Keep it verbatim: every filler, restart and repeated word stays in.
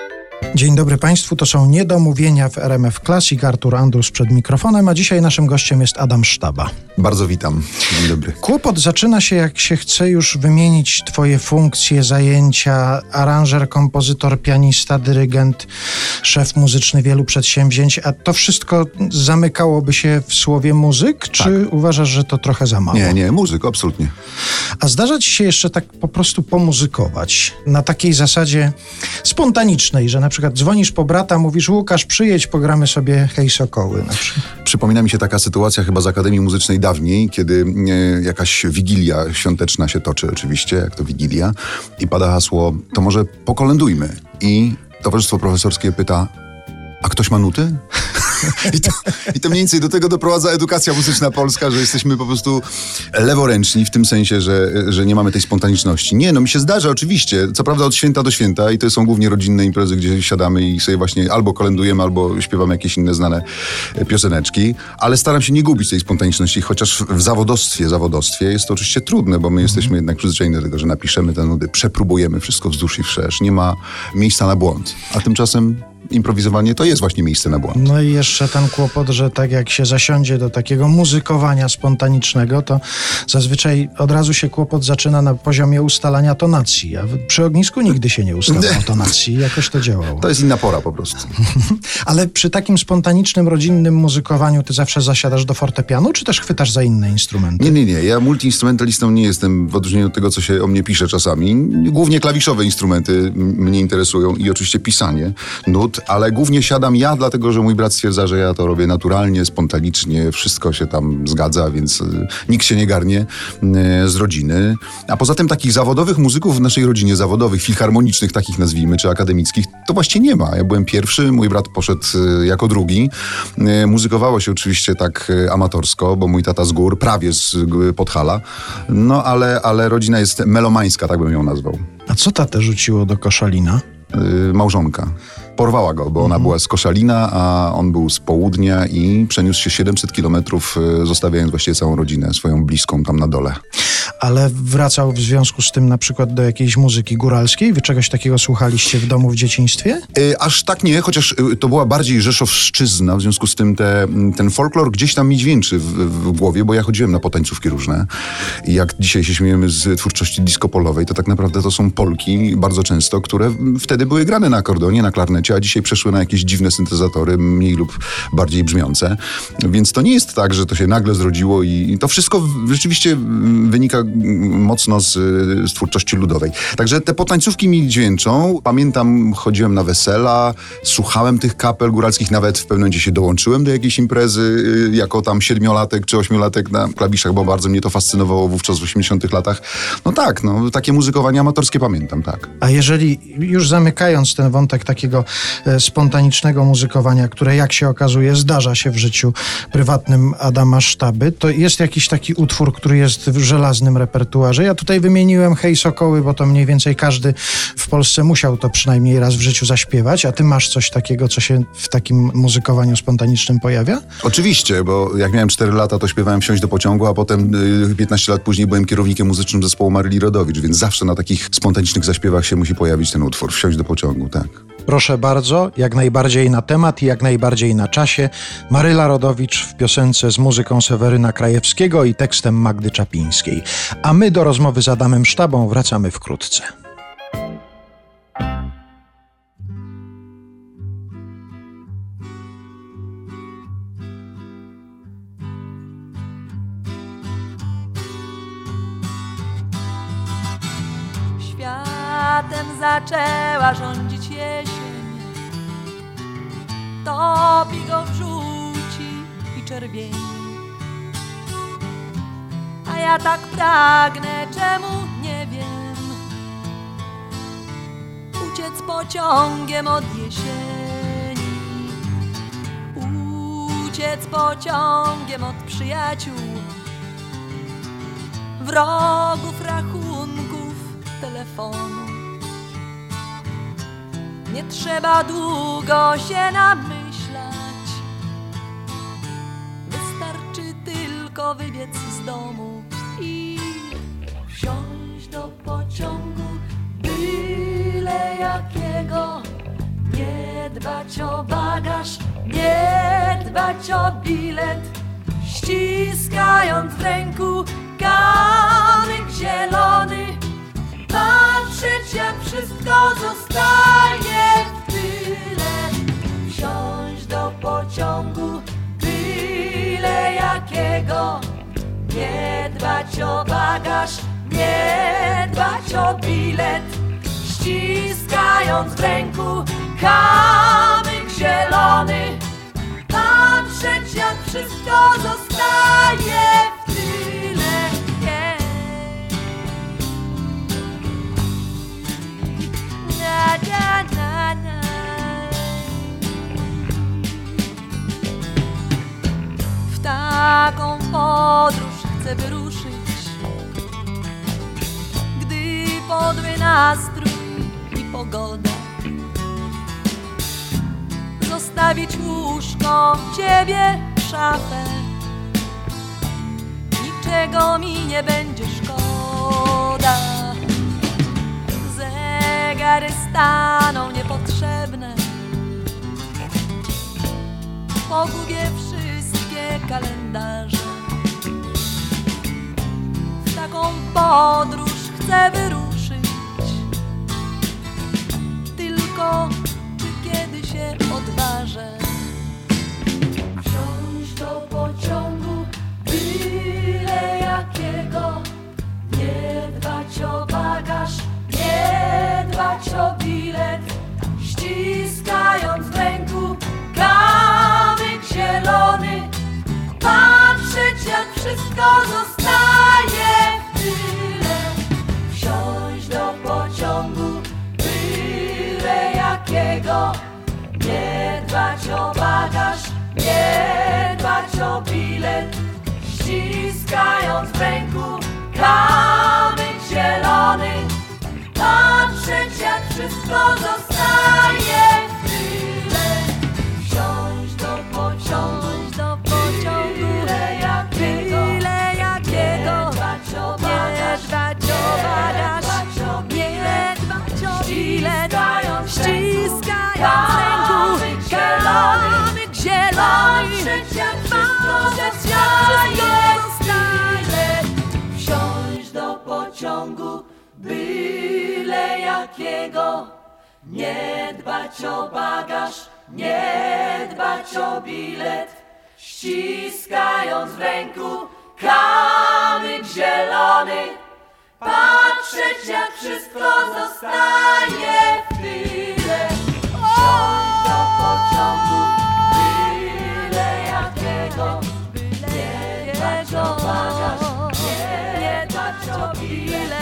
Dzień dobry Państwu, to są Niedomówienia w R M F Classic. Artur Andrus przed mikrofonem, a dzisiaj naszym gościem jest Adam Sztaba. Bardzo witam. Dzień dobry. Kłopot zaczyna się, jak się chce już wymienić twoje funkcje, zajęcia, aranżer, kompozytor, pianista, dyrygent, szef muzyczny wielu przedsięwzięć, a to wszystko zamykałoby się w słowie muzyk, czy tak. Uważasz, że to trochę za mało? Nie, nie, muzyk, absolutnie. A zdarza ci się jeszcze tak po prostu pomuzykować, na takiej zasadzie spontanicznej, że na przykład dzwonisz po brata, mówisz: Łukasz, przyjedź, pogramy sobie Hej Sokoły na przykład. Przypomina mi się taka sytuacja chyba z Akademii Muzycznej dawniej, kiedy e, jakaś wigilia świąteczna się toczy oczywiście, jak to wigilia, i pada hasło: to może pokolędujmy. I towarzystwo profesorskie pyta: a ktoś ma nuty? I to, I to mniej więcej do tego doprowadza edukacja muzyczna polska, że jesteśmy po prostu leworęczni w tym sensie, że, że nie mamy tej spontaniczności. Nie, no mi się zdarza oczywiście, co prawda od święta do święta, i to są głównie rodzinne imprezy, gdzie siadamy i sobie właśnie albo kolędujemy, albo śpiewamy jakieś inne znane pioseneczki, ale staram się nie gubić tej spontaniczności, chociaż w zawodowstwie, zawodowstwie jest to oczywiście trudne, bo my jesteśmy jednak przyzwyczajeni do tego, że napiszemy te nudy, przepróbujemy wszystko wzdłuż i wszerz, nie ma miejsca na błąd, a tymczasem improwizowanie to jest właśnie miejsce na błąd. No i jeszcze ten kłopot, że tak jak się zasiądzie do takiego muzykowania spontanicznego, to zazwyczaj od razu się kłopot zaczyna na poziomie ustalania tonacji, a przy ognisku nigdy się nie ustalało tonacji, jakoś to działało. To jest inna pora po prostu. Ale przy takim spontanicznym, rodzinnym muzykowaniu ty zawsze zasiadasz do fortepianu, czy też chwytasz za inne instrumenty? Nie, nie, nie. Ja multiinstrumentalistą nie jestem, w odróżnieniu od tego, co się o mnie pisze czasami. Głównie klawiszowe instrumenty mnie interesują i oczywiście pisanie nut, ale głównie siadam ja, dlatego że mój brat stwierdza, że ja to robię naturalnie, spontanicznie, wszystko się tam zgadza, więc y, nikt się nie garnie y, z rodziny. A poza tym takich zawodowych muzyków w naszej rodzinie, zawodowych, filharmonicznych takich nazwijmy, czy akademickich, to właściwie nie ma. Ja byłem pierwszy, mój brat poszedł y, jako drugi. Y, muzykowało się oczywiście tak y, amatorsko, bo mój tata z gór, prawie z y, Podhala, no ale, ale rodzina jest melomańska, tak bym ją nazwał. A co tatę rzuciło do Koszalina? Y, małżonka. Porwała go, bo ona mhm. była z Koszalina, a on był z południa i przeniósł się siedemset kilometrów, zostawiając właściwie całą rodzinę, swoją bliską tam na dole. Ale wracał w związku z tym na przykład do jakiejś muzyki góralskiej? Wy czegoś takiego słuchaliście w domu w dzieciństwie? Yy, aż tak nie, chociaż yy, to była bardziej rzeszowszczyzna, w związku z tym te, ten folklor gdzieś tam mi dźwięczy w, w głowie, bo ja chodziłem na potańcówki różne. I jak dzisiaj się śmiejemy z twórczości disco-polowej, to tak naprawdę to są polki bardzo często, które wtedy były grane na akordeonie, na klarnecie, a dzisiaj przeszły na jakieś dziwne syntezatory, mniej lub bardziej brzmiące. Więc to nie jest tak, że to się nagle zrodziło i to wszystko rzeczywiście wynika mocno z, z twórczości ludowej. Także te potańcówki mi dźwięczą. Pamiętam, chodziłem na wesela, słuchałem tych kapel góralskich, nawet w pewnym momencie się dołączyłem do jakiejś imprezy jako tam siedmiolatek czy ośmiolatek na klawiszach, bo bardzo mnie to fascynowało wówczas w osiemdziesiątych latach. No tak, no takie muzykowanie amatorskie pamiętam, tak. A jeżeli, już zamykając ten wątek takiego e, spontanicznego muzykowania, które jak się okazuje zdarza się w życiu prywatnym Adama Sztaby, to jest jakiś taki utwór, który jest w żelaznym repertuarze. Ja tutaj wymieniłem Hej Sokoły, bo to mniej więcej każdy w Polsce musiał to przynajmniej raz w życiu zaśpiewać, a ty masz coś takiego, co się w takim muzykowaniu spontanicznym pojawia? Oczywiście, bo jak miałem cztery lata, to śpiewałem Wsiąść do pociągu, a potem y, piętnaście lat później byłem kierownikiem muzycznym zespołu Maryli Rodowicz, więc zawsze na takich spontanicznych zaśpiewach się musi pojawić ten utwór Wsiąść do pociągu, tak. Proszę bardzo, jak najbardziej na temat i jak najbardziej na czasie. Maryla Rodowicz w piosence z muzyką Seweryna Krajewskiego i tekstem Magdy Czapińskiej. A my do rozmowy z Adamem Sztabą wracamy wkrótce. Światem zaczęła rządzić jesień, topi go w żółci i czerwieni. A ja tak pragnę, czemu nie wiem, uciec pociągiem od jesieni, uciec pociągiem od przyjaciół, wrogów, rachunków, telefonu. Nie trzeba długo się namyślać, wystarczy tylko wybiec z domu i wsiąść do pociągu byle jakiego, dbać o bagaż, nie dbać o bilet, ściskając w ręku kamyk zielony, patrzeć jak wszystko zostaje w tyle, wsiąść do pociągu byle jakiego, nie dbać o bagaż, nie dbać o bilet, ściskając w ręku kamyk zielony, patrzeć jak wszystko zostaje w tyle. Yeah. Na, na, na, na. W taką podróż chcę wyruszyć, gdy podły nastrój i pogoda, zostawić łóżko, ciebie, szafę, niczego mi nie będzie szkoda. Zegary staną niepotrzebne, pogubię wszystkie kalendarze. W taką podróż chcę wyruszyć, tylko czy kiedy się odważę wsiąść do pociągu byle jakiego, nie dbać o bagaż, nie dbać o bilet, ściskając w ręku kamyk zielony, patrzeć jak wszystko zostaje w tyle, wsiąść do pociągu byle jakiego, nie dbać o bagaż, nie dbać o bilet, ściskając w ręku kamyk zielony, patrzeć jak wszystko zostaje w tyle, wsiąść do pociągu, do pociągu byle jakiego, byle jakiego, nie dbać o bagaż, nie dbać o bilet, ściskając w ręku kamyk zielony, patrzeć jak wszystko zostaje, wsiąść do pociągu byle jakiego, nie dbać o bagaż, nie dbać o bilet, ściskając w ręku kamyk zielony, patrzeć jak wszystko zostaje w tyle, wsiąść do pociągu byle jakiego, nie dbać o bagaż, nie dbać o bilet,